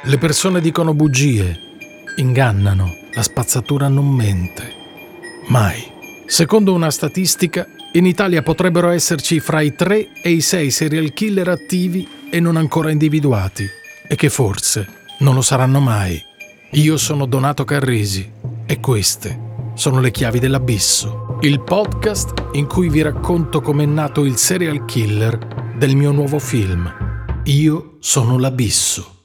Le persone dicono bugie, ingannano, la spazzatura non mente. Mai. Secondo una statistica, in Italia potrebbero esserci fra i 3 e i 6 serial killer attivi e non ancora individuati, e che forse non lo saranno mai. Io sono Donato Carrisi e queste sono le chiavi dell'abisso, il podcast in cui vi racconto com'è nato il serial killer del mio nuovo film. Io sono l'Abisso.